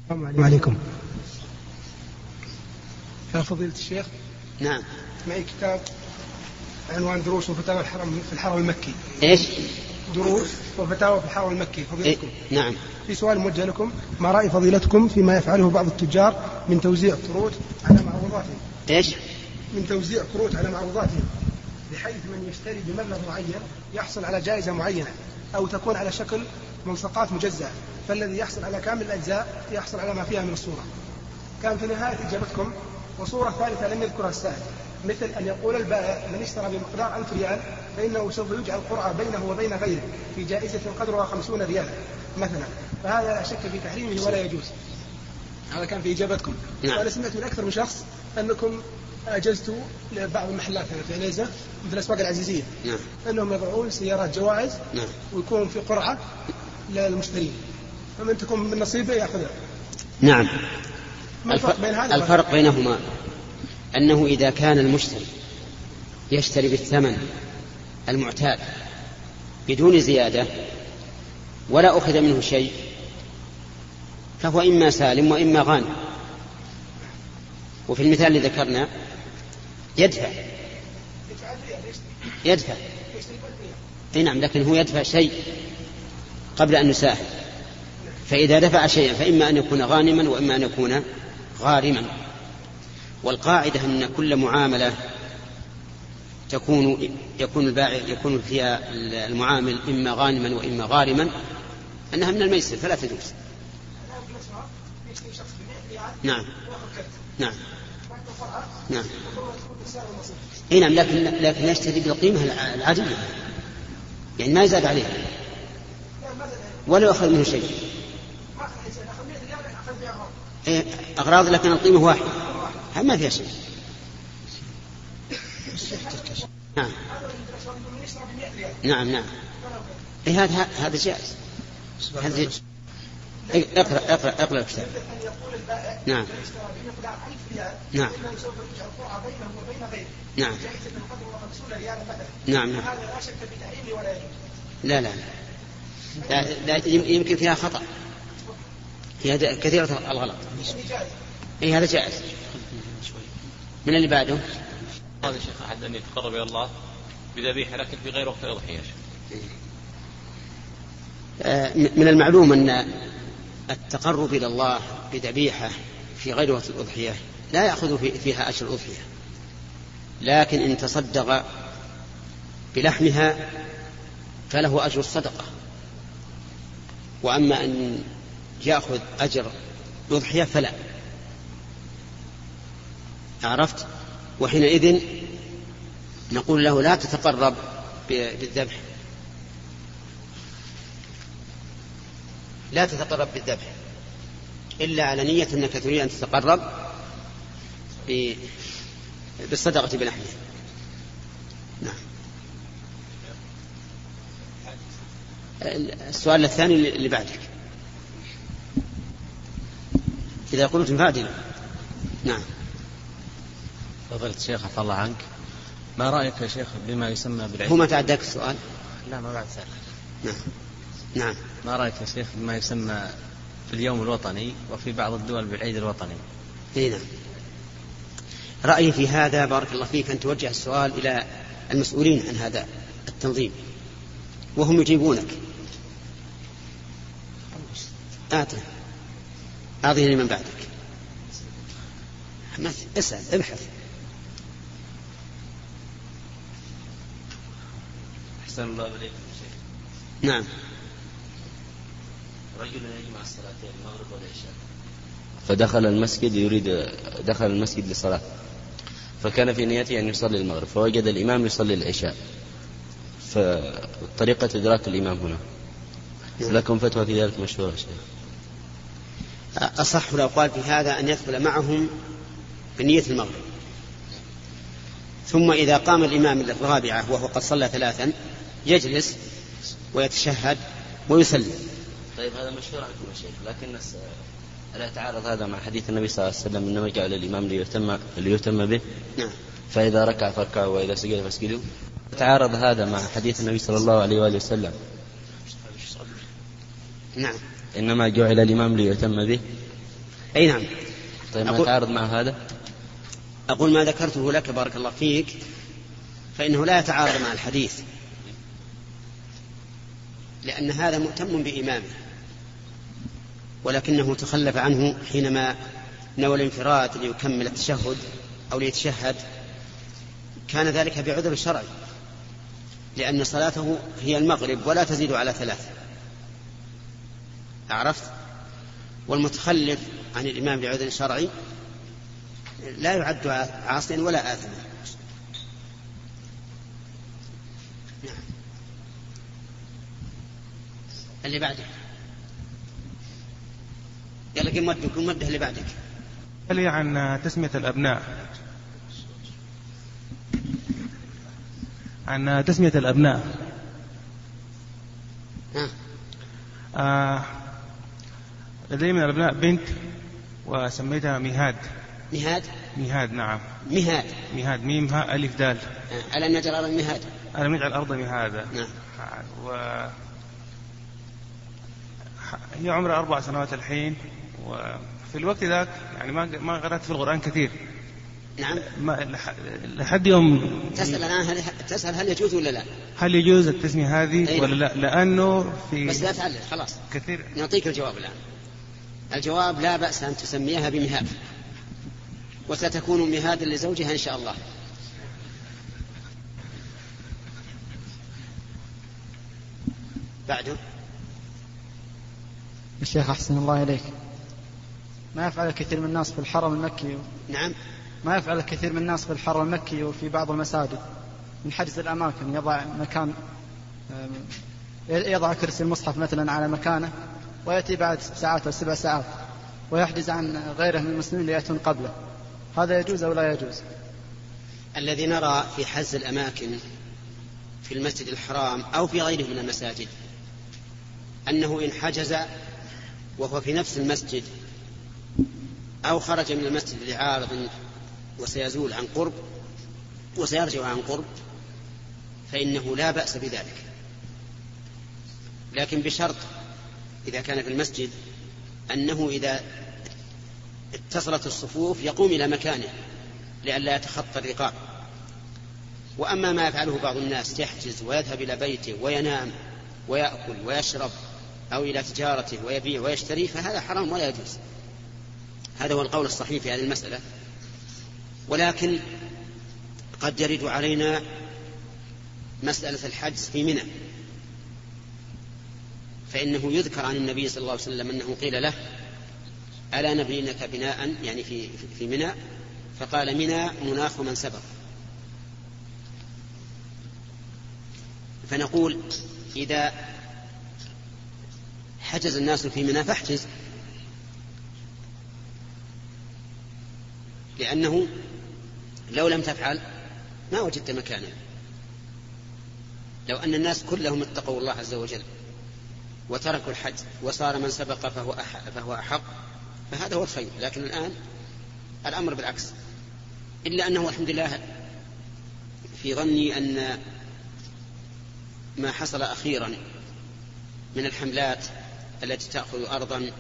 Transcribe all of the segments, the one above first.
السلام عليكم. يا فضيلة الشيخ. نعم. معي كتاب عنوان دروس وفتاوى في الحرم المكي. ايش؟ دروس وفتاوى في الحرم المكي فضيلتكم. نعم. في سؤال موجه لكم: ما رأي فضيلتكم فيما يفعله بعض التجار من توزيع كروت على معروضاتهم؟ ايش؟ من توزيع كروت على معروضاتهم، بحيث من يشتري بمبلغ معين يحصل على جائزة معينة، أو تكون على شكل ملصقات مجزأة، فالذي يحصل على كامل الأجزاء يحصل على ما فيها من الصورة. كان في نهاية إجابتكم: وصورة ثالثة لم يذكرها السائل، مثل أن يقول البائع: من اشترى بمقدار 1000 ريال فإنه سوف يجعل قرعة بينه وبين غيره في جائزة قدرها 50 ريالا مثلا، فهذا لا شك في تحريمه ولا يجوز. هذا كان في إجابتكم. نعم. وأنا سمعت من أكثر من شخص أنكم أجزتوا لبعض المحلات في عنيزة مثل الأسواق العزيزية. نعم. أنهم يضعون سيارات جوائز. نعم. ويكون في قرعة للمشترين، فمن تكون من نصيبه يأخذها. نعم. الفرق بينهما أنه إذا كان المشتري يشتري بالثمن المعتاد بدون زيادة ولا أخذ منه شيء فهو إما سالم وإما غانم. وفي المثال اللي ذكرنا يدفع. نعم، لكن هو يدفع شيء قبل أن يساهم، فإذا دفع شيئا فإما أن يكون غانما وإما أن يكون غارما. والقاعدة أن كل معاملة يكون فيها المعامل إما غانما وإما غارما أنها من الميسر فلا تجوز. نعم. نعم. نعم. نعم. لكن يشتري بالقيمة العادية، يعني ما يزاد عليها ولا يأخذ منه شيء. أغراض لكن القيمة واحدة، ما فيها شيء. نعم. نعم. نعم. هذا جائز. اقرأ الكتاب. نعم. نعم. نعم. نعم. لا يمكن فيها خطأ، فيها كثيرة الغلط. هذا جائز. من اللي بعده؟ هذا الشيخ أحد أن يتقرب إلى الله بذبيحة لكن في غير وقت الأضحية. من المعلوم أن التقرب إلى الله بذبيحة في غير وقت الأضحية لا يأخذ فيها أجر الأضحية، لكن إن تصدق بلحمها فله أجر الصدقة. وأما أن يأخذ أجر الأضحية فلا. عرفت؟ وحينئذ نقول له: لا تتقرب بالذبح، لا تتقرب بالذبح إلا على نية أنك تريد أن تتقرب بالصدقة بلحمه. نعم. السؤال الثاني اللي بعدك إذا قلت فاعدل. نعم. فضيلة الشيخ عفى الله عنك، ما رأيك يا شيخ بما يسمى بالعيد؟ هو ما تعداك السؤال؟ لا، ما بعد سأل. نعم. نعم. ما رأيك يا شيخ بما يسمى في اليوم الوطني وفي بعض الدول بالعيد الوطني؟ نعم. رأيي في هذا بارك الله فيك أن توجه السؤال إلى المسؤولين عن هذا التنظيم وهم يجيبونك. أعطيه لمن بعدك. اسأل، ابحث. أحسن الله إليكم شيخ. نعم. رجل يجمع الصلاتين المغرب والعشاء دخل المسجد للصلاة، فكان في نيته أن يصلي المغرب، فوجد الإمام يصلي العشاء، فطريقة إدراك الإمام هنا لكم فتوى في ذلك مشهورة شيخ؟ أصح الأقوال في هذا أن يدخل معهم بنية المغرب، ثم إذا قام الإمام للرابعة وهو قد صلى 3 يجلس ويتشهد ويسلم. طيب هذا مشهور عنكم يا شيخ، لكن ألا يتعارض هذا مع حديث النبي صلى الله عليه وسلم إنما جعل الإمام ليتم به؟ نعم. فإذا ركع فاركعوا وإذا سجد فاسجدوا. يتعارض هذا مع حديث النبي صلى الله عليه وآله وسلم نعم. إنما جعل الإمام ليتم به. أي نعم. طيب ما يتعارض مع هذا؟ أقول ما ذكرته لك بارك الله فيك فإنه لا يتعارض مع الحديث، لأن هذا مهتم بإمامه، ولكنه تخلف عنه حينما نوى الانفراد ليكمل التشهد أو ليتشهد، كان ذلك بعذر شرعي، لأن صلاته هي المغرب ولا تزيد على 3. عرفت؟ والمتخلف عن الإمام بعذر شرعي لا يعد عاصيا ولا آثما. نعم. اللي بعده يلا قم مده اللي بعدك. لي عن تسمية الأبناء، عن تسمية الأبناء. لدي من الأبناء بنت وسميتها ميهاد. ميهاد نعم. ميهاد ميم ها ألف دال. ألم نجعل الأرض مهادا. ألم نجعل الأرض مهادا. نعم. هي عمرها 4 سنوات الحين، وفي الوقت ذاك يعني ما قرأت في القرآن كثير. نعم. لحد يوم تسأل الآن تسأل هل يجوز ولا لا؟ هل يجوز التسمية هذه ولا لا؟ لأنه في بس لا تعلق خلاص كثير. نعطيك الجواب الآن. الجواب لا بأس أن تسميها بمهاد، وستكون مهادا لزوجها إن شاء الله. بعده الشيخ أحسن الله إليك، ما يفعل الكثير من الناس في الحرم المكي. نعم. ما يفعل الكثير من الناس في الحرم المكي وفي بعض المساجد من حجز الأماكن، يضع مكان، يضع كرسي المصحف مثلا على مكانه ويأتي بعد 6 ساعات أو 7 ساعات ويحجز عن غيره من المسلمين ليأتون قبله، هذا يجوز أو لا يجوز؟ الذي نرى في حجز الأماكن في المسجد الحرام أو في غيره من المساجد أنه إن حجز وهو في نفس المسجد أو خرج من المسجد لعارض وسيزول عن قرب وسيرجع عن قرب فإنه لا بأس بذلك، لكن بشرط إذا كان في المسجد أنه إذا اتصلت الصفوف يقوم إلى مكانه لئلا يتخطى الرقاب. وأما ما يفعله بعض الناس يحجز ويذهب إلى بيته وينام ويأكل ويشرب أو إلى تجارته ويبيع ويشتري فهذا حرام ولا يجوز. هذا هو القول الصحيح في هذه المسألة. ولكن قد يرد علينا مسألة الحجز في منى، فإنه يذكر عن النبي صلى الله عليه وسلم أنه قيل له ألا نبنينك بناء يعني في منى، فقال منى مناخ من سبق. فنقول إذا حجز الناس في منى فاحجز، لأنه لو لم تفعل ما وجدت مكانا. لو أن الناس كلهم اتقوا الله عز وجل وتركوا الحج وصار من سبق فهو أحق فهذا هو الخير. لكن الآن الأمر بالعكس، إلا أنه الحمد لله في ظني أن ما حصل أخيرا من الحملات التي تأخذ أرضا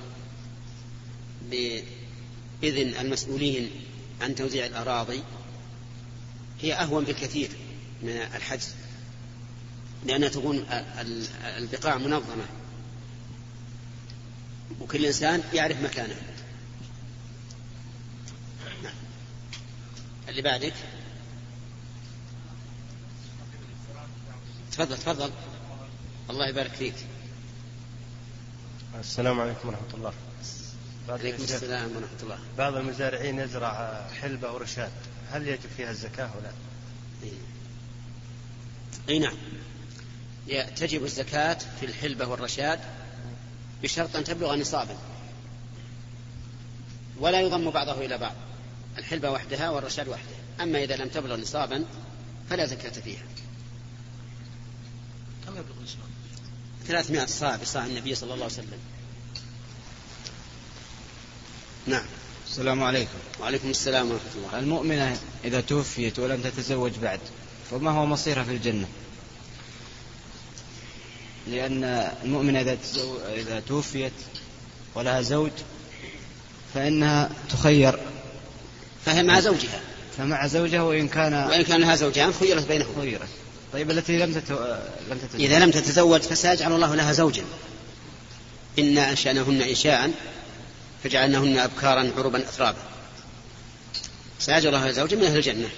بإذن المسؤولين عن توزيع الأراضي هي أهون بالكثير من الحجز، لأنها تكون البقاع منظمة وكل إنسان يعرف مكانه. اللي بعدك تفضل. الله يبارك فيك. السلام عليكم ورحمة الله. عليكم السلام ورحمة الله. بعض المزارعين يزرع حلبة ورشاد، هل يجب فيها الزكاة ولا؟ أي نعم، تجب الزكاة في الحلبة والرشاد بشرط أن تبلغ نصابا، ولا يضم بعضه إلى بعض، الحلبة وحدها والرشاد وحدها. أما إذا لم تبلغ نصابا فلا زكاة فيها. كم يبلغ النصاب؟ 300 صاع بصاع النبي صلى الله عليه وسلم. نعم. السلام عليكم. وعليكم السلام ورحمة الله. المؤمنة إذا توفيت ولم تتزوج بعد فما هو مصيرها في الجنة؟ لأن المؤمنة إذا توفيت ولها زوج فإنها تخير، فهي مع زوجها، فمع زوجها وإن كان لها زوجان خيرت بينهم. خيرت. طيب التي لم تتزوج، إذا لم تتزوج فسيجعل الله لها زوجا. إنا أنشأناهن إنشاء فجعلناهن أبكارا عربا أترابا، سيجعل الله لها زوجا من أهل الجنة.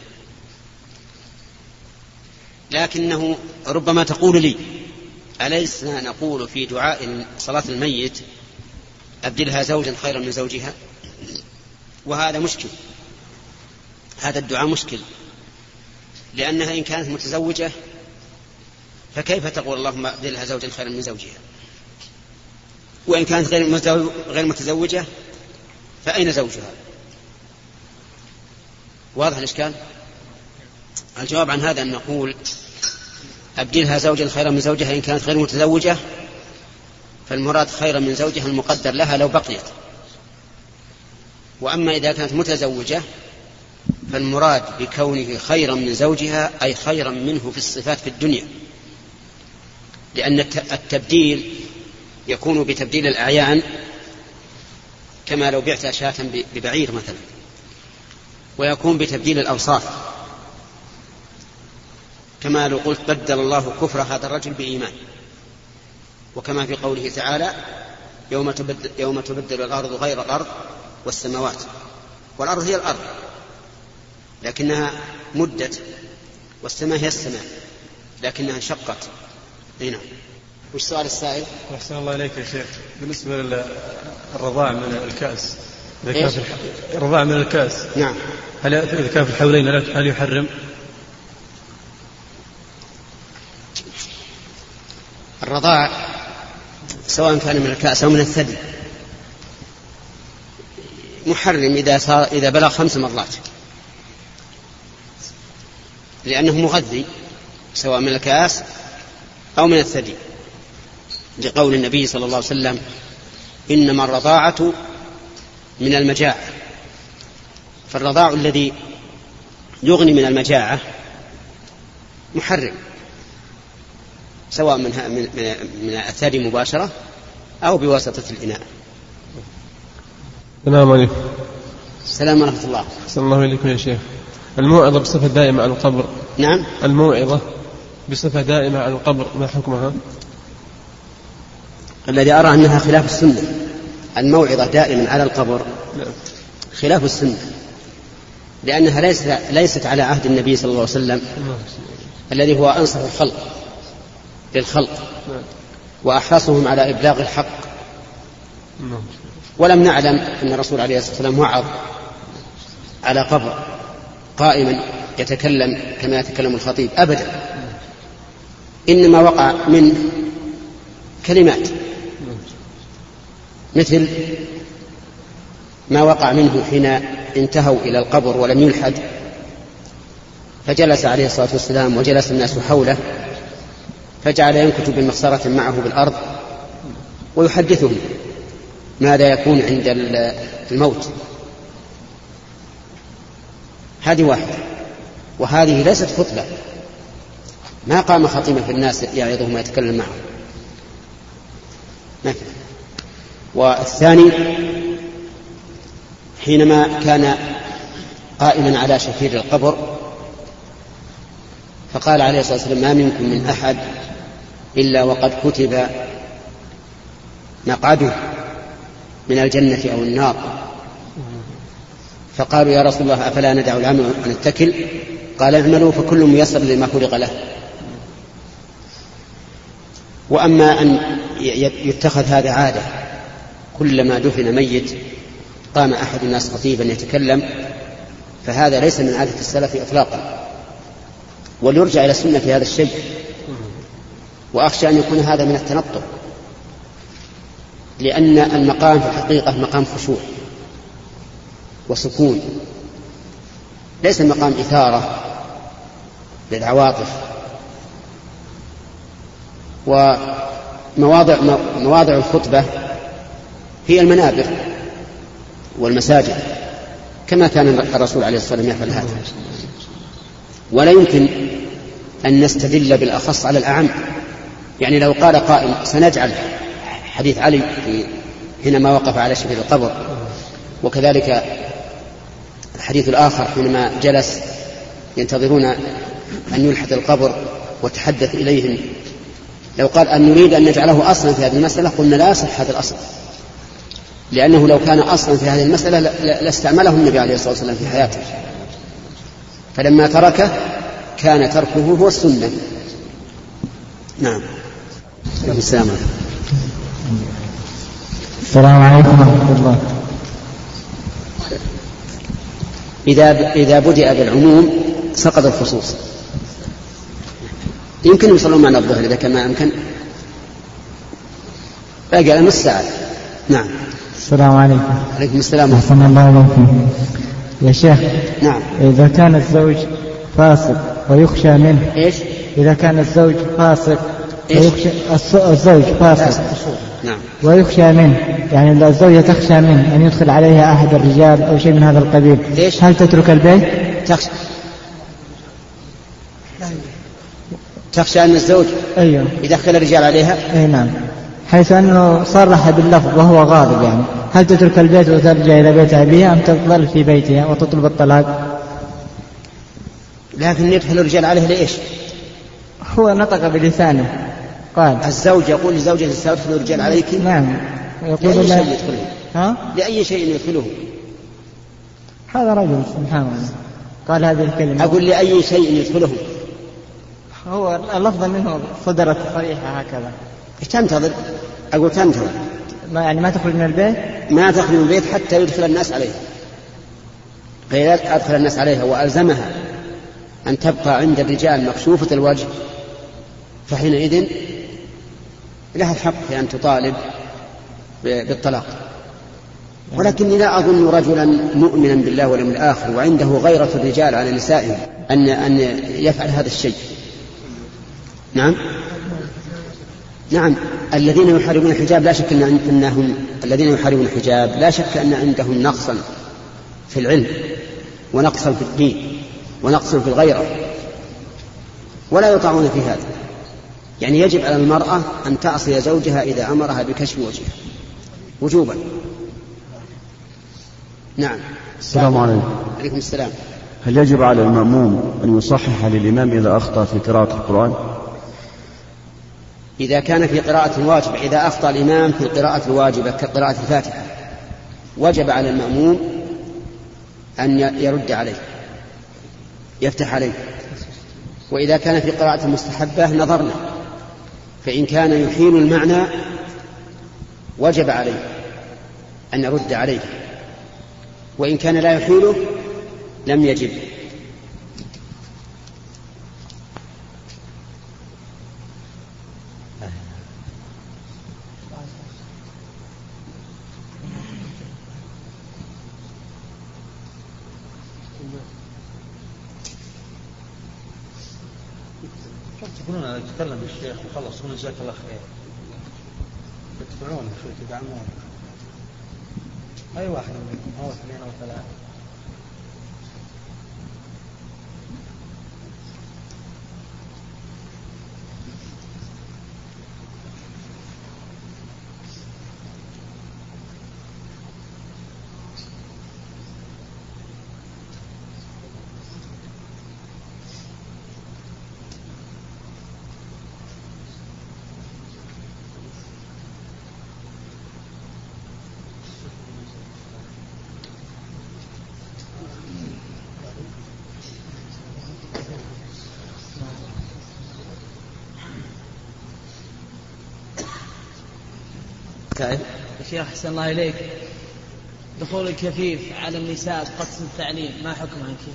لكنه ربما تقول لي: أليسنا نقول في دعاء صلاة الميت أبدلها زوجا خيرا من زوجها؟ وهذا مشكل، هذا الدعاء مشكل، لأنها إن كانت متزوجة فكيف تقول اللهم أبدلها زوجا خيرا من زوجها؟ وإن كانت غير متزوجة فأين زوجها؟ واضح الإشكال؟ الجواب عن هذا أن نقول أبدلها زوجا خيرا من زوجها إن كانت غير متزوجة، فالمراد خيرا من زوجها المقدر لها لو بقيت. وأما إذا كانت متزوجة فالمراد بكونه خيرا من زوجها أي خيرا منه في الصفات في الدنيا، لأن التبديل يكون بتبديل الأعيان، كما لو بعت شاة ببعير مثلا، ويكون بتبديل الأوصاف، كما لو قلت بدل الله كفر هذا الرجل بإيمان، وكما في قوله تعالى يوم تبدل الأرض غير الأرض والسماوات. والأرض هي الأرض لكنها مدت، والسماء هي السماء لكنها انشقت. هنا وش سؤال السائل؟ أحسن الله إليك يا شيخ، بالنسبة للرضاع من الكأس، الرضاع من الكأس، نعم، هل إذا كان في الحولين هل يحرم؟ الرضاع سواء كان من الكأس أو من الثدي محرم إذا بلغ 5 مرات، لأنه مغذي سواء من الكأس أو من الثدي، لقول النبي صلى الله عليه وسلم: إنما الرضاعة من المجاعة. فالرضاع الذي يغني من المجاعة محرم، سواء من الثدي مباشرة أو بواسطة الإناء. السلام عليكم. السلام ورحمة الله. أحسن الله إليكم يا شيخ. الموعظة بصفة دائمة عن القبر. نعم. الموعظة بصفة دائمة عن القبر ما حكمها؟ الذي أرى أنها خلاف السنة. الموعظة دائما على القبر خلاف السنة، لأنها ليست على عهد النبي صلى الله عليه وسلم الذي هو أنصح الخلق للخلق وأحرصهم على إبلاغ الحق. ولم نعلم أن الرسول عليه الصلاة والسلام وعظ على قبر قائما يتكلم كما يتكلم الخطيب أبدا، إنما وقع من كلمات مثل ما وقع منه حين انتهوا إلى القبر ولم يلحد، فجلس عليه الصلاة والسلام وجلس الناس حوله، فجعل ينكت بمخصرة معه بالأرض ويحدثهم ماذا يكون عند الموت. هذه واحدة، وهذه ليست خطبة، ما قام خطيبا في الناس يعظهم ويتكلم معهم. والثاني حينما كان قائما على شفير القبر فقال عليه الصلاة والسلام: ما منكم من أحد إلا وقد كتب مقعده من الجنة أو النار. فقالوا: يا رسول الله أفلا ندع العمل ونتكل؟ قال: اعملوا فكل ميسر لما خلق له. وأما أن يتخذ هذا عادة كلما دفن ميت قام أحد الناس خطيبا يتكلم، فهذا ليس من عادة السلف إطلاقا، وليرجع إلى السنة في هذا الشيء. وأخشى أن يكون هذا من التنطع، لأن المقام في الحقيقة مقام خشوع وسكون، ليس مقام إثارة للعواطف. ومواضع الخطبة هي المنابر والمساجد، كما كان الرسول عليه الصلاة والسلام يفعل هذا. ولا يمكن أن نستدل بالأخص على الأعم. يعني لو قال قائل: سنجعل حديث علي حينما وقف على شفير القبر وكذلك الحديث الآخر حينما جلس ينتظرون أن يلحد القبر وتحدث إليهم، لو قال أن نريد أن نجعله أصلا في هذه المسألة قلنا لا يصح هذا الأصل، لأنه لو كان أصلا في هذه المسألة لاستعمله النبي عليه الصلاة والسلام في حياته، فلما تركه كان تركه هو السنة. نعم. السلام عليكم. السلام عليكم ورحمة الله. إذا بدأ بالعموم سقط الخصوص. يمكن يصلون معنا الظهر إذا كان ما يمكن، باقي على نص ساعة. نعم. السلام عليكم. عليكم السلام. أحسن الله إليكم يا شيخ. نعم. إذا كان الزوج فاسق ويخشى منه. إيش؟ إذا كان الزوج فاسق ويخشى الزوج فاسق. نعم. ويخشى منه، يعني الزوجة تخشى منه أن يدخل عليها أحد الرجال أو شيء من هذا القبيل، ليش؟ هل تترك البيت؟ تخشى أن الزوج أيوه يدخل الرجال عليها؟ أي نعم، حيث أنه صرح باللفظ وهو غاضب، يعني هل تترك البيت وترجع إلى بيت أبيها أم تظل في بيتها وتطلب الطلاق؟ لكن يدخل الرجال عليه لإيش؟ هو نطق بلسانه، قال الزوج يقول لزوجته سيدخل الرجال عليك. نعم. يقول لأي شيء يدخله؟ ها؟ لأي شيء يدخله؟ هذا رجل سبحان الله قال هذه الكلمة. أقول لأي شيء يدخله؟ هو اللفظ منه صدرت صريحة هكذا. تنتظر؟ أقول تنتظر، يعني ما تخرج من البيت؟ ما تخرج من البيت حتى يدخل الناس عليه، فإذا أدخل الناس عليها وألزمها أن تبقى عند الرجال مكشوفة الوجه فحينئذ لها الحق في أن تطالب بالطلاق. ولكني لا أظن رجلا مؤمنا بالله واليوم الآخر وعنده غيرة الرجال على نسائهم أن يفعل هذا الشيء. نعم. نعم. الذين يحاربون الحجاب لا شك أنهم الذين يحاربون الحجاب لا شك أن عندهم نقصا في العلم ونقصا في الدين ونقصا في الغيرة، ولا يطاعون في هذا. يعني يجب على المرأة أن تعصي زوجها إذا أمرها بكشف وجهها وجوبا. نعم. السلام عليكم. عليكم السلام. هل يجب على المأموم أن يصحح للإمام إذا أخطأ في قراءة القرآن؟ إذا كان في قراءة واجبة، إذا أخطأ الإمام في القراءة الواجبة كقراءة الفاتحة وجب على المأموم أن يرد عليه يفتح عليه. وإذا كان في قراءة المستحبة نظرنا، فإن كان يحيل المعنى وجب عليه أن يرد عليه، وإن كان لا يحيله لم يجب. تقولون أنا أتكلم بالشيخ وخلص من جزاك الله خير، تتبعون شوي تدعمون أي واحد منكم أو اثنين أو ثلاثة. شيخ أحسن الله إليك، دخول الكفيف على النساء بقسم التعليم ما حكمها كيف؟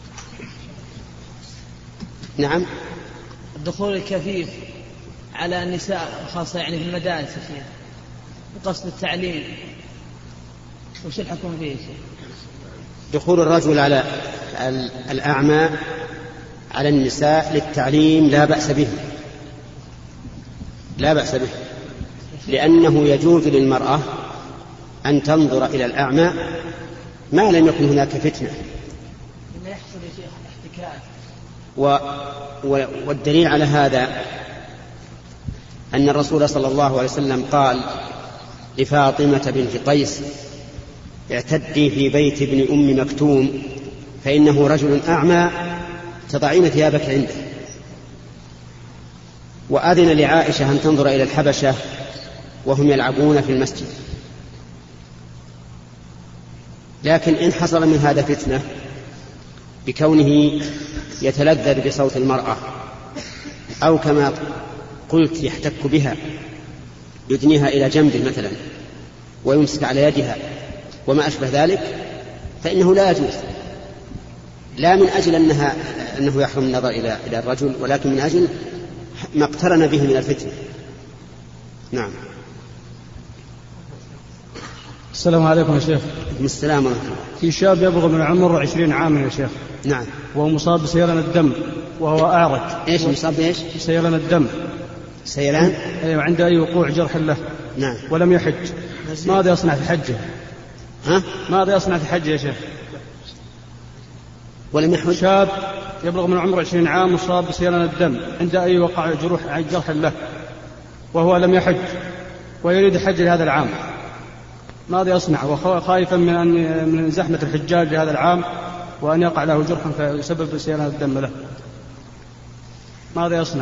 نعم. الدخول الكفيف على النساء خاصة يعني في المدارس يا شيخ بقسم التعليم وش الحكم فيه يا شيخ؟ دخول الرجل على الأعمى على النساء للتعليم لا بأس به، لا بأس به، لأنه يجوز للمرأة أن تنظر إلى الأعمى ما لم يكن هناك فتنة. إنه يحصل يا شيخ احتكاك. والدليل على هذا أن الرسول صلى الله عليه وسلم قال لفاطمة بنت قيس اعتدي في بيت ابن أم مكتوم فإنه رجل أعمى تضعين ثيابك عنده. وأذن لعائشة أن تنظر إلى الحبشة وهم يلعبون في المسجد. لكن إن حصل من هذا فتنة بكونه يتلذذ بصوت المرأة أو كما قلت يحتك بها يدنيها إلى جنبه مثلا ويمسك على يدها وما أشبه ذلك، فإنه لا يجوز، لا من أجل أنه يحرم النظر إلى الرجل، ولكن من أجل ما اقترن به من الفتنة. نعم. السلام عليكم يا شيخ. السلام ورحمة الله. في شاب يبلغ من العمر 20 عاما يا شيخ. نعم. وهو مصاب بسيلان الدم وهو أعرج. إيش مصاب بإيش؟ سيلان الدم. سيلان؟ أيوة، عنده أي وقوع جرح له. نعم. ولم يحج. ماذا يصنع في حجه؟ ها؟ ماذا يصنع في حجه يا شيخ؟ ولم يحج. شاب يبلغ من العمر 20 عام مصاب بسيلان الدم، عنده أي وقع جرح له وهو لم يحج ويريد الحج لهذا العام، ماذا يصنع؟ وخائفا من زحمة الحجاج لهذا العام وأن يقع له جرحا فيسبب سيلان الدم له، ماذا يصنع؟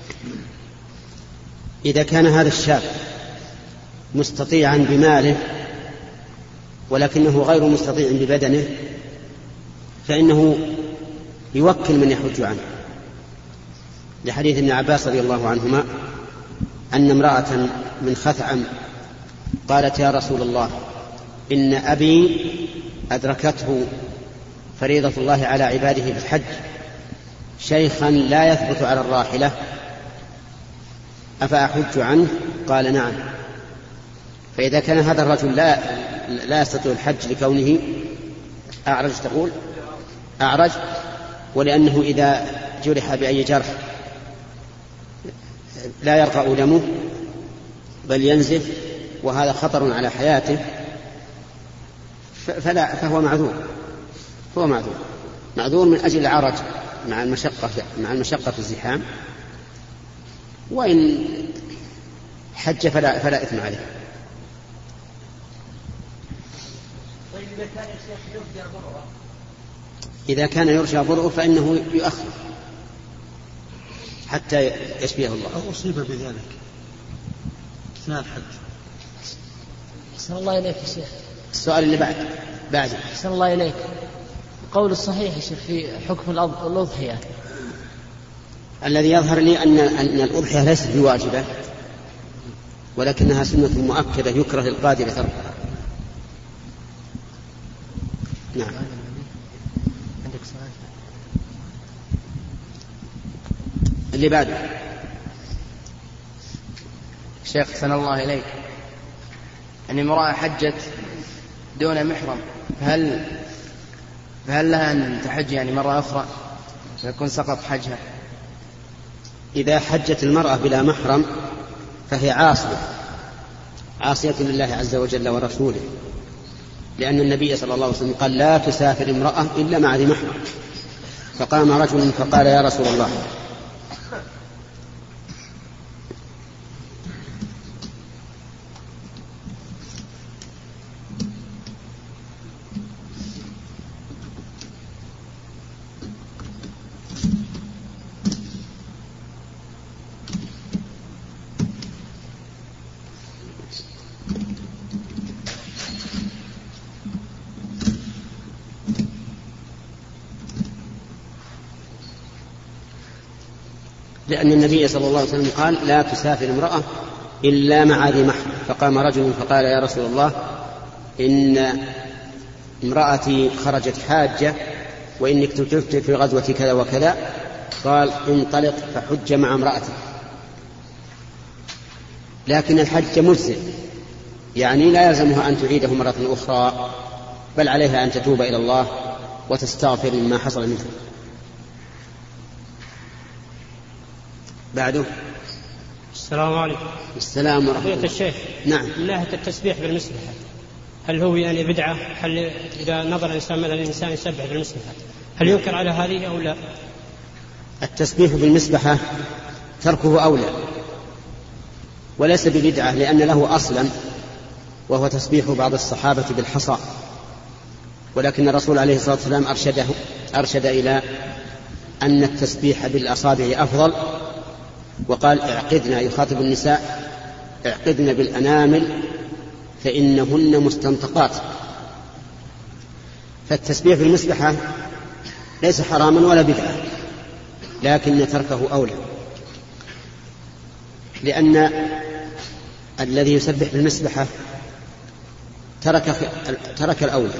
إذا كان هذا الشاب مستطيعا بماله ولكنه غير مستطيع ببدنه فإنه يوكل من يحج عنه، لحديث ابن عباس رضي الله عنهما أن امرأة من خثعم قالت: يا رسول الله، إن أبي أدركته فريضة الله على عباده في الحج، شيخا لا يثبت على الراحلة، أفأحج عنه؟ قال: نعم. فإذا كان هذا الرجل لا يستطيع الحج لكونه أعرج، تقول أعرج، ولأنه إذا جرح بأي جرح لا يرقى دمه بل ينزف وهذا خطر على حياته، فهو معذور، هو معذور من أجل العرج مع المشقة في الزحام، وإن حج فلا إثم عليه. إذا كان يرجى برؤه فإنه يؤخر حتى يشفيه الله. أو أصيب بذلك أثناء الحج. أحسن الله إليك يا شيخ. السؤال اللي بعد. أحسن الله إليك. القول الصحيح يا شيخ في حكم الأضحية. الذي يظهر لي أن الأضحية ليست بواجبة ولكنها سنة مؤكدة يكره للقادر تركها. نعم. عندك سؤال؟ اللي بعده. شيخ أحسن الله إليك، أن امرأة حجت دون محرم، فهل لها أن تحج يعني مرة أخرى فيكون سقط حجها؟ إذا حجت المرأة بلا محرم فهي عاصية لله عز وجل ورسوله، لأن النبي صلى الله عليه وسلم قال: لا تسافر امرأة إلا مع ذي محرم. فقام رجل فقال: يا رسول الله، لأن النبي صلى الله عليه وسلم قال: لا تسافر امرأة إلا مع ذي محرم. فقام رجل فقال: يا رسول الله، إن امرأتي خرجت حاجة وإني اكتشفت في غزوة كذا وكذا. قال: انطلق فحج مع امرأتك. لكن الحج مجزئ، يعني لا يلزمها أن تعيده مرة أخرى، بل عليها أن تتوب إلى الله وتستغفر مما حصل منها. بعده. السلام عليكم. السلام ورحمة الله. الشيخ. نعم. من ناحية التسبيح بالمسبحة، هل هو يعني بدعة؟ هل إذا نظر الإنسان مثلا الإنسان يسبح بالمسبحة هل ينكر على هذه أو لا؟ التسبيح بالمسبحة تركه أولى وليس ببدعة، لأن له أصلا وهو تسبيح بعض الصحابة بالحصى، ولكن الرسول عليه الصلاة والسلام أرشد إلى أن التسبيح بالأصابع أفضل، وقال اعقدنا، يخاطب النساء، اعقدنا بالأنامل فإنهن مستنطقات. فالتسبيح بالمسبحة ليس حراما ولا بدعة، لكن تركه أولى، لأن الذي يسبح بالمسبحة ترك الأولى،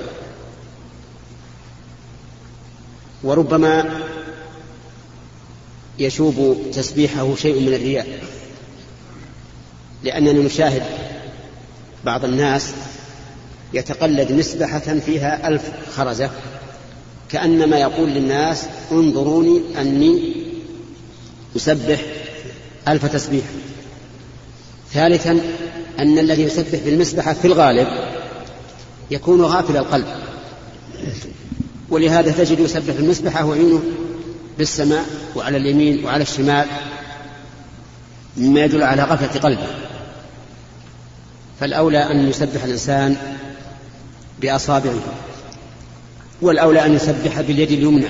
وربما يشوب تسبيحه شيء من الرياء، لأننا نشاهد بعض الناس يتقلد مسبحة فيها 1000 خرزة، كأنما يقول للناس انظروني أني أسبح 1000 تسبيح. ثالثا أن الذي يسبح بالمسبحة في الغالب يكون غافل القلب، ولهذا تجد يسبح بالمسبحة وعينه بالسماء وعلى اليمين وعلى الشمال، مما يدل على غفلة قلبه. فالأولى أن يسبح الإنسان بأصابعه، والأولى أن يسبح باليد اليمنى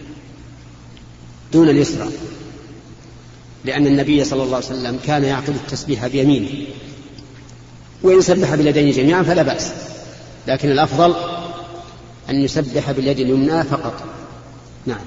دون اليسرى، لأن النبي صلى الله عليه وسلم كان يعقد التسبيح بيمينه، وإن سبح باليدين جميعا فلا بأس، لكن الأفضل أن يسبح باليد اليمنى فقط. نعم.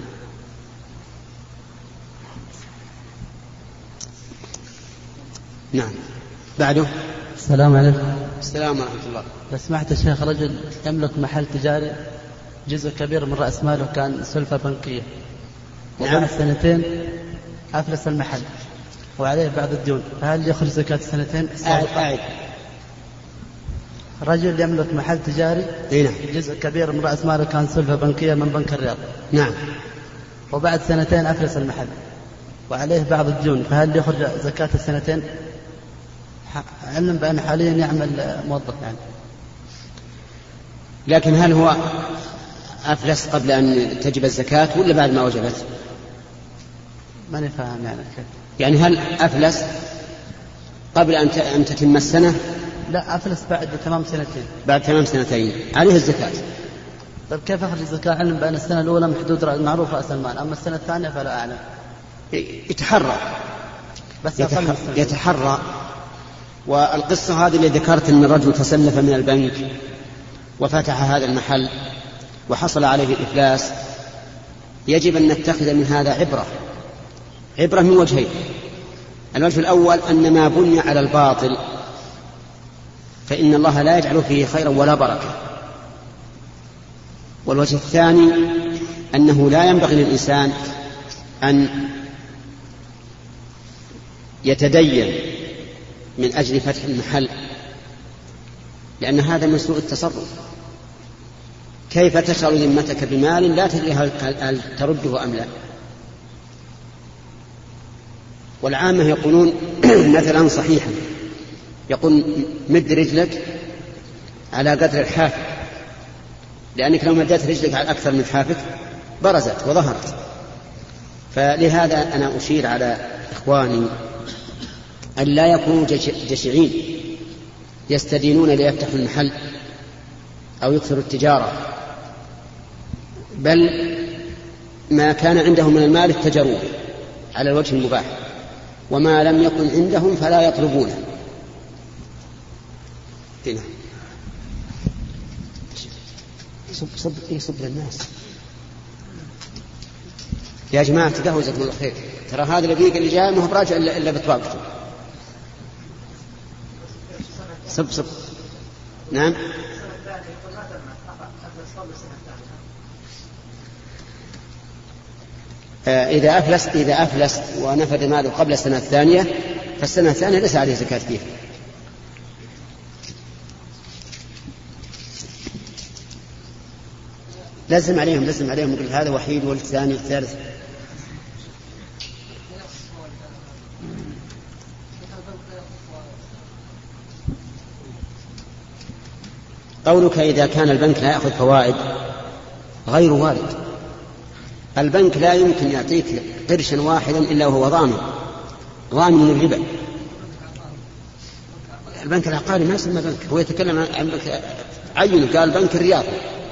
نعم. بعده. السلام عليكم. السلام ورحمة الله. لو سمحت الشيخ، رجل يملك محل تجاري جزء كبير من رأس ماله كان سلفة بنكية، وبعد 2 أفلس المحل وعليه بعض الديون، فهل يخرج زكاة 2 السابقة؟ رجل يملك محل تجاري جزء كبير من رأس ماله كان سلفة بنكية من بنك الرياض. نعم. وبعد 2 أفلس المحل وعليه بعض الديون، فهل يخرج زكاة 2 علم بأن حاليا يعمل موظف يعني؟ لكن هل هو أفلس قبل أن تجب الزكاة ولا بعد ما وجبت؟ ماني فاهم يعني هل أفلس قبل أن تتم السنة؟ لا، أفلس بعد تمام 2 بعد تمام 2 عليه الزكاة. طيب كيف أخرج الزكاة علم بأن السنة الأولى محدود معروف رأس المال، أما السنة الثانية فلا أعلم؟ يتحرى، بس يتحرى. والقصة هذه اللي ذكرت أن الرجل تسلف من البنك وفتح هذا المحل وحصل عليه الإفلاس، يجب أن نتخذ من هذا عبرة من وجهين. الوجه الأول أن ما بني على الباطل فإن الله لا يجعل فيه خيرا ولا بركة. والوجه الثاني أنه لا ينبغي للإنسان أن يتدين من أجل فتح المحل، لأن هذا من سوء التصرف. كيف تشغل ذمتك بمال لا تدري هل ترده أم لا؟ والعامة يقولون مثلا صحيحا، يقول مد رجلك على قدر الحافة، لأنك لو مدت رجلك على أكثر من حافك برزت وظهرت. فلهذا أنا أشير على إخواني أن لا يكونوا جشعين يستدينون ليفتحوا المحل أو يكثروا التجارة، بل ما كان عندهم من المال اتجروه على الوجه المباح، وما لم يكن عندهم فلا يطلبونه. هنا صب للناس يا جماعة، تقهوى جزاكم الله خير، ترى هذا الدقيقة اللي جاي ما هو براجع إلا بطباقته. صب. نعم. إذا أفلس ونفد ماله قبل السنة الثانية فالسنة الثانية ليس عليه زكاة فيها. لازم عليهم يقول هذا وحيد والثاني الثالث. قولك إذا كان البنك لا يأخذ فوائد غير وارد. البنك لا يمكن يعطيك قرشا واحدا إلا وهو ضامن الربا. البنك العقاري ما يسمى بنك، هو يتكلم عن عينه، قال بنك الرياض،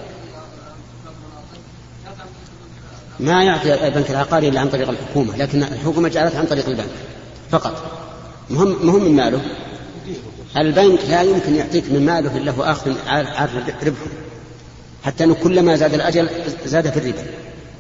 ما يعطي البنك العقاري إلا عن طريق الحكومة، لكن الحكومة جعلتها عن طريق البنك فقط. مهم من ماله. البنك لا يمكن يعطيك من ماله إلا هو آخذ عارف ربحه، حتى أنه كلما زاد الأجل زاد في الربا.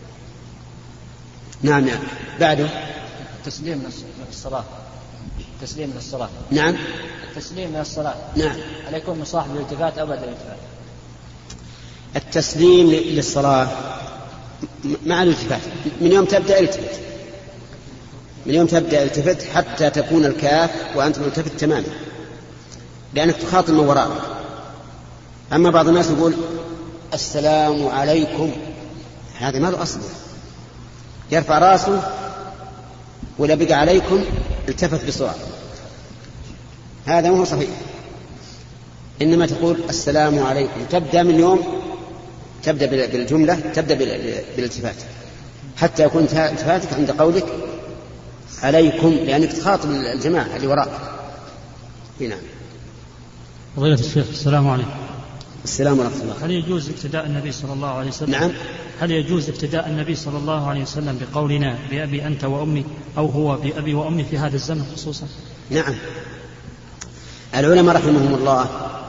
نعم. بعده التسليم من الصلاة. التسليم من الصلاة. نعم. التسليم من الصلاة. نعم. هل يكون مصاحب الالتفات أو بعد الالتفات؟ التسليم للصلاة مع الالتفات، من يوم تبدأ التفت، من يوم تبدأ التفت حتى تكون الكاف وأنت ملتفت تماما، لأنك تخاطب من وراءك. أما بعض الناس يقول السلام عليكم، هذا ما له أصل، يرفع راسه ولا بقى عليكم التفت بسرعة، هذا مو صحيح. إنما تقول السلام عليكم، تبدأ من يوم تبدأ بالجملة، تبدأ بالالتفات حتى يكون التفاتك عند قولك عليكم، لأنك تخاطب الجماعة اللي وراءك. هنا فضيلة الشيخ، السلام عليكم. السلام ورحمة الله. هل يجوز اقتداء النبي صلى الله عليه وسلم؟ نعم. هل يجوز اقتداء النبي صلى الله عليه وسلم بقولنا بأبي أنت وأمي، أو هو بأبي وأمي في هذا الزمن خصوصا؟ نعم. العلماء رحمهم الله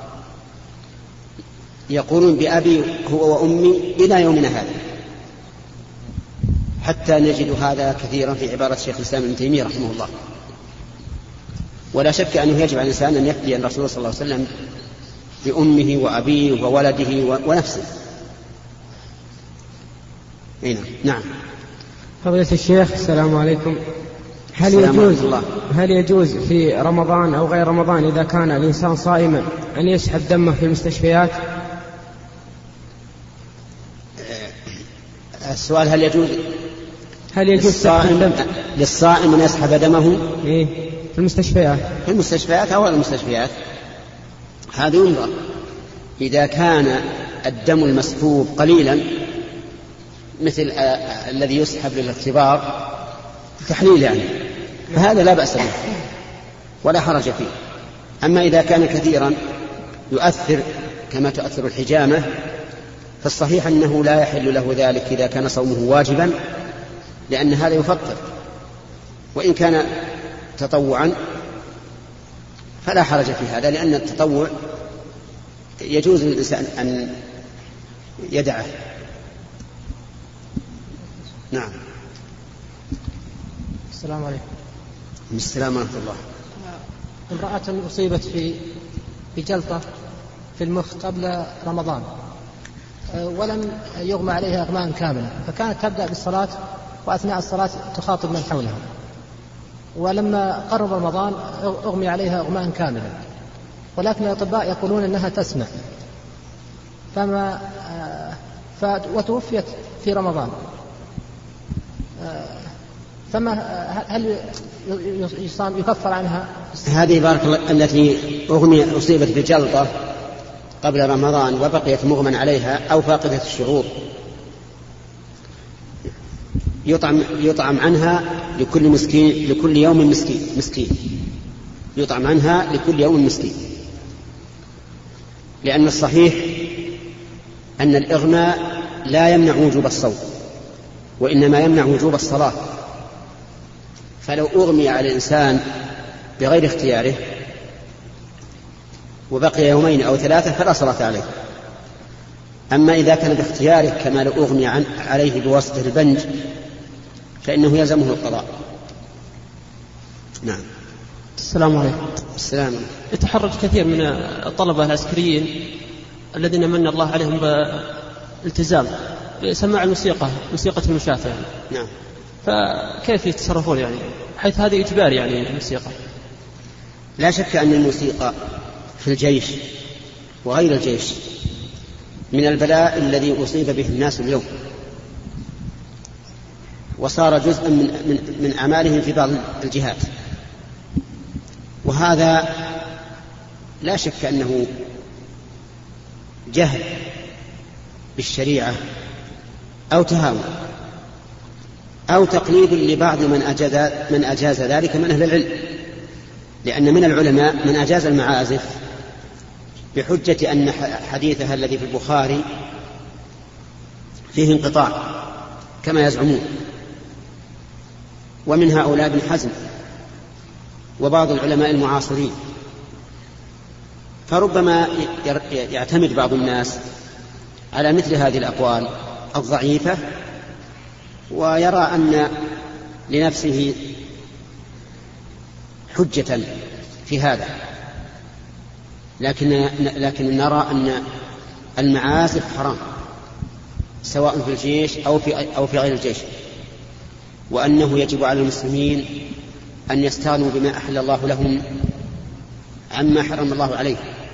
يقولون بأبي هو وأمي إلى يومنا هذا، حتى نجد هذا كثيرا في عبارة شيخ الإسلام ابن تيمية رحمه الله. ولا شك أنه يجب على الإنسان أن يفدي الرسول صلى الله عليه وسلم بأمه وأبيه وولده ونفسه. نعم. فضيلة الشيخ، السلام عليكم. هل يجوز في رمضان أو غير رمضان إذا كان الإنسان صائما أن يسحب دمه في المستشفيات؟ السؤال هل يجوز للصائم أن يسحب دمه في المستشفيات؟ في المستشفيات أو المستشفيات، هذا ينظر. إذا كان الدم المسحوب قليلا مثل الذي يسحب للاختبار تحليل يعني، فهذا لا بأس به ولا حرج فيه. أما إذا كان كثيرا يؤثر كما تؤثر الحجامة، فالصحيح أنه لا يحل له ذلك إذا كان صومه واجبا، لأن هذا يفطر. وإن كان تطوعا فلا حرج في هذا، لأن التطوع يجوز للإنسان أن يدعه. نعم. السلام عليكم. السلام ورحمة الله. امرأة أصيبت بجلطة في المخ قبل رمضان، ولم يغمى عليها إغماء كاملا، فكانت تبدأ بالصلاة وأثناء الصلاة تخاطب من حولها، ولما قرب رمضان أغمي عليها إغماء كاملا، ولكن الأطباء يقولون أنها تسمع، وتوفيت في رمضان. هل يكفر عنها؟ هذه بارك الله التي أصيبت بجلطة قبل رمضان وبقيت مغمى عليها أو فاقدة الشعور، يطعم عنها لكل يوم مسكين، يطعم عنها لكل يوم مسكين، لأن الصحيح أن الإغماء لا يمنع وجوب الصوم، وإنما يمنع وجوب الصلاة. فلو أغمي على الإنسان بغير اختياره وبقي يومين أو ثلاثة فلا صلاة عليه. أما إذا كان باختياره كما لو أغمي عليه بواسطة البنج فإنه يلزمه القضاء. نعم. السلام عليكم. السلام. يتحرج كثير من الطلبة العسكريين الذين من الله عليهم بالالتزام بسماع موسيقى المشاة يعني. نعم. فكيف يتصرفون يعني حيث هذه إجباري يعني الموسيقى؟ لا شك أن الموسيقى في الجيش وغير الجيش من البلاء الذي أصيب به الناس اليوم، وصار جزءا من أعمالهم في بعض الجهات، وهذا لا شك أنه جهل بالشريعة أو تهاون أو تقليد لبعض من أجاز ذلك من أهل العلم. لأن من العلماء من أجاز المعازف بحجة أن حديثها الذي في البخاري فيه انقطاع كما يزعمون، ومن هؤلاء ابن حزم وبعض العلماء المعاصرين. فربما يعتمد بعض الناس على مثل هذه الأقوال الضعيفة ويرى أن لنفسه حجة في هذا، لكن نرى أن المعازف حرام سواء في الجيش أو في غير الجيش، وأنه يجب على المسلمين أن يستغنوا بما أحل الله لهم عما حرم الله عليه.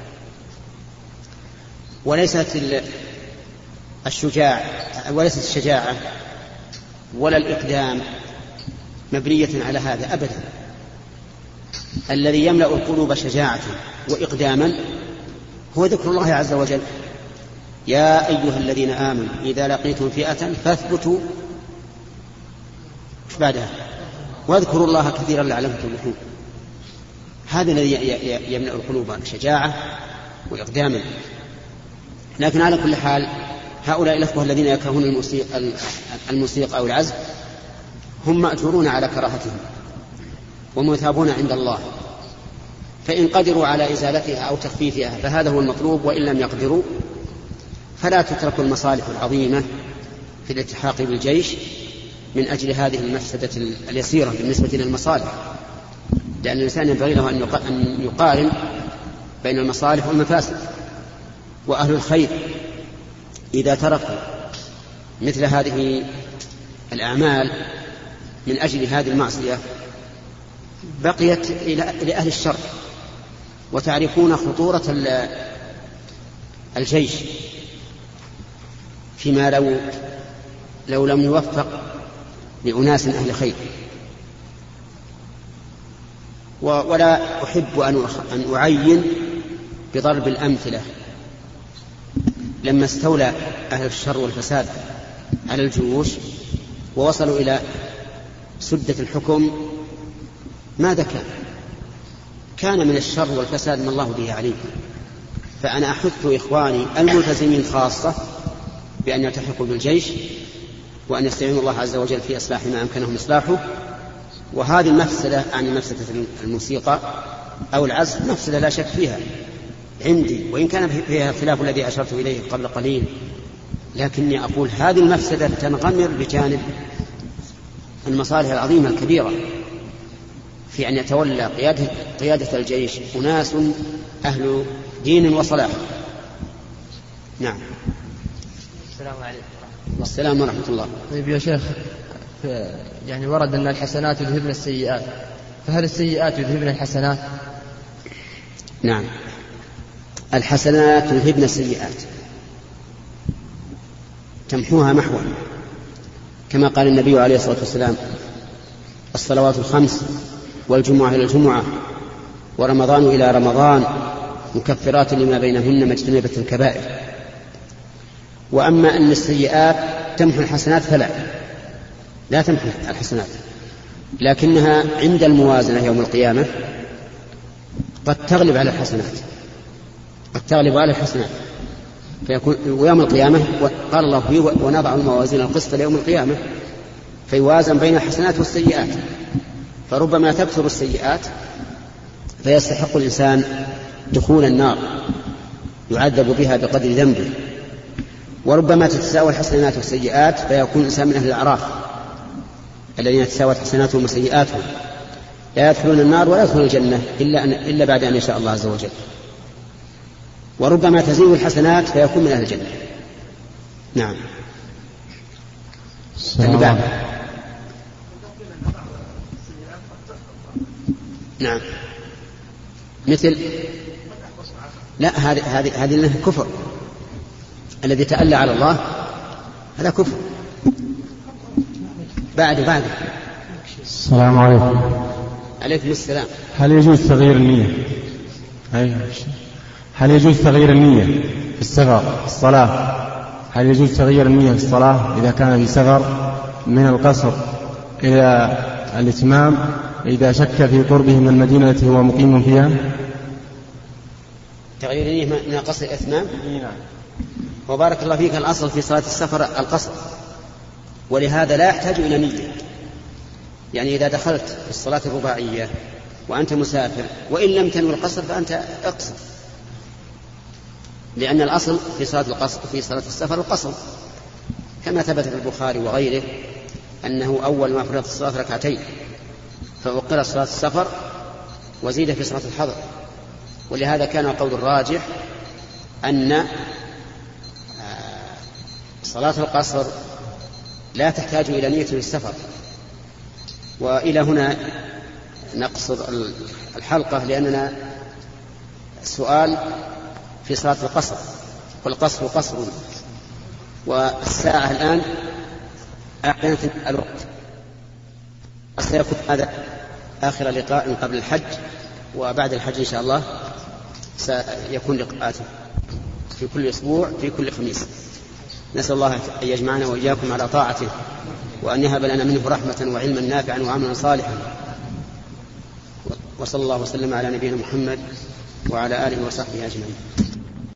وليست الشجاعة ولا الإقدام مبنية على هذا أبدا. الذي يملأ القلوب شجاعة وإقداما هو ذكر الله عز وجل. يا أيها الذين آمنوا إذا لقيتم فئة فاثبتوا بعدها واذكروا الله كثيرا لعلكم تفلحون. هذا الذي يملأ القلوب شجاعة وإقداما. لكن على كل حال هؤلاء الأخوة الذين يكرهون الموسيقى أو العزف هم مأجورون على كراهتهم ومثابون عند الله، فإن قدروا على إزالتها أو تخفيفها فهذا هو المطلوب، وإن لم يقدروا فلا تترك المصالح العظيمة في الالتحاق بالجيش من أجل هذه المفسدة اليسيرة بالنسبة للمصالح، لأن الإنسان ينبغي له أن يقارن بين المصالح والمفاسد. وأهل الخير إذا تركوا مثل هذه الأعمال من أجل هذه المعصية بقيت لأهل الشر. وتعرفون خطورة الجيش فيما لو لم يوفق لأناس أهل خير. ولا أحب أن أعين بضرب الأمثلة. لما استولى أهل الشر والفساد على الجيوش ووصلوا إلى سدة الحكم ماذا كان من الشر والفساد ما الله به عليم. فأنا أحث إخواني الملتزمين خاصة بأن يلتحقوا بالجيش وأن يستعينوا الله عز وجل في إصلاح ما أمكنهم إصلاحه. وهذه المفسدة عن مفسدة الموسيقى أو العزف مفسدة لا شك فيها عندي، وإن كان فيها خلاف الذي أشرت إليه قبل قليل، لكني أقول هذه المفسدة تنغمر بجانب المصالح العظيمة الكبيرة في أن يتولى قيادة الجيش أناس أهل دين وصلاح. نعم. السلام عليكم. والسلام ورحمة الله. طيب يا شيخ، يعني ورد أن الحسنات يذهبن السيئات، فهل السيئات يذهبن الحسنات؟ نعم، الحسنات يذهبن السيئات، تمحوها محوا، كما قال النبي عليه الصلاة والسلام: الصلوات الخمس والجمعة إلى الجمعة ورمضان إلى رمضان مكفرات لما بينهن ما اجتنبت الكبائر. وأما أن السيئات تمحو الحسنات فلا، لا تمحو الحسنات، لكنها عند الموازنة يوم القيامة قد تغلب على الحسنات، قد تغلب على الحسنات. فيكون ويوم القيامة قال الله فيه: ونضع الموازين القسط ليوم القيامة، فيوازن بين الحسنات والسيئات. فربما تكثر السيئات فيستحق الإنسان دخول النار يعذب بها بقدر ذنبه، وربما تتساوى الحسنات والسيئات فيكون الإنسان من أهل الأعراف الذين تساوت حسناتهم وسيئاتهم، لا يدخلون النار ولا يدخلون الجنة إلا بعد أن يشاء الله عز وجل. وربما تزيد الحسنات فيكون من أهل الجنة. نعم. نعم، مثل لا، هذه كفر. الذي تألى على الله هذا كفر. بعد السلام عليكم. عليكم السلام. هل يجوز تغيير النية؟ هل يجوز تغيير النية في السفر في الصلاة؟ هل يجوز تغيير النية في الصلاة إذا كان في سفر من القصر إلى الإتمام إذا شك في قربه من المدينة التي هو مقيم فيها؟ تغيير النية من قصر الإتمام. وبارك الله فيك، الأصل في صلاة السفر القصر، ولهذا لا يحتاج إلى نية. يعني إذا دخلت في الصلاة الرباعية وأنت مسافر وإن لم تنوي القصر فأنت اقصر، لأن الأصل في صلاة القصر في صلاة السفر القصر، كما ثبت في البخاري وغيره أنه أول ما فرض الصلاة ركعتين فأقر صلاة السفر وزيد في صلاة الحضر. ولهذا كان القول الراجح أن صلاة القصر لا تحتاج إلى نية للسفر. وإلى هنا نقصر الحلقة، لأننا السؤال في صلاة القصر، والقصر قصر، والساعة الآن أعلنت الوقت. سيكون هذا آخر لقاء قبل الحج، وبعد الحج إن شاء الله سيكون لقاءات في كل أسبوع في كل خميس. نسأل الله أن يجمعنا وإياكم على طاعته، وأن يهب لنا منه رحمة وعلما نافعا وعملا صالحا. وصلى الله وسلم على نبينا محمد وعلى آله وصحبه أجمعين.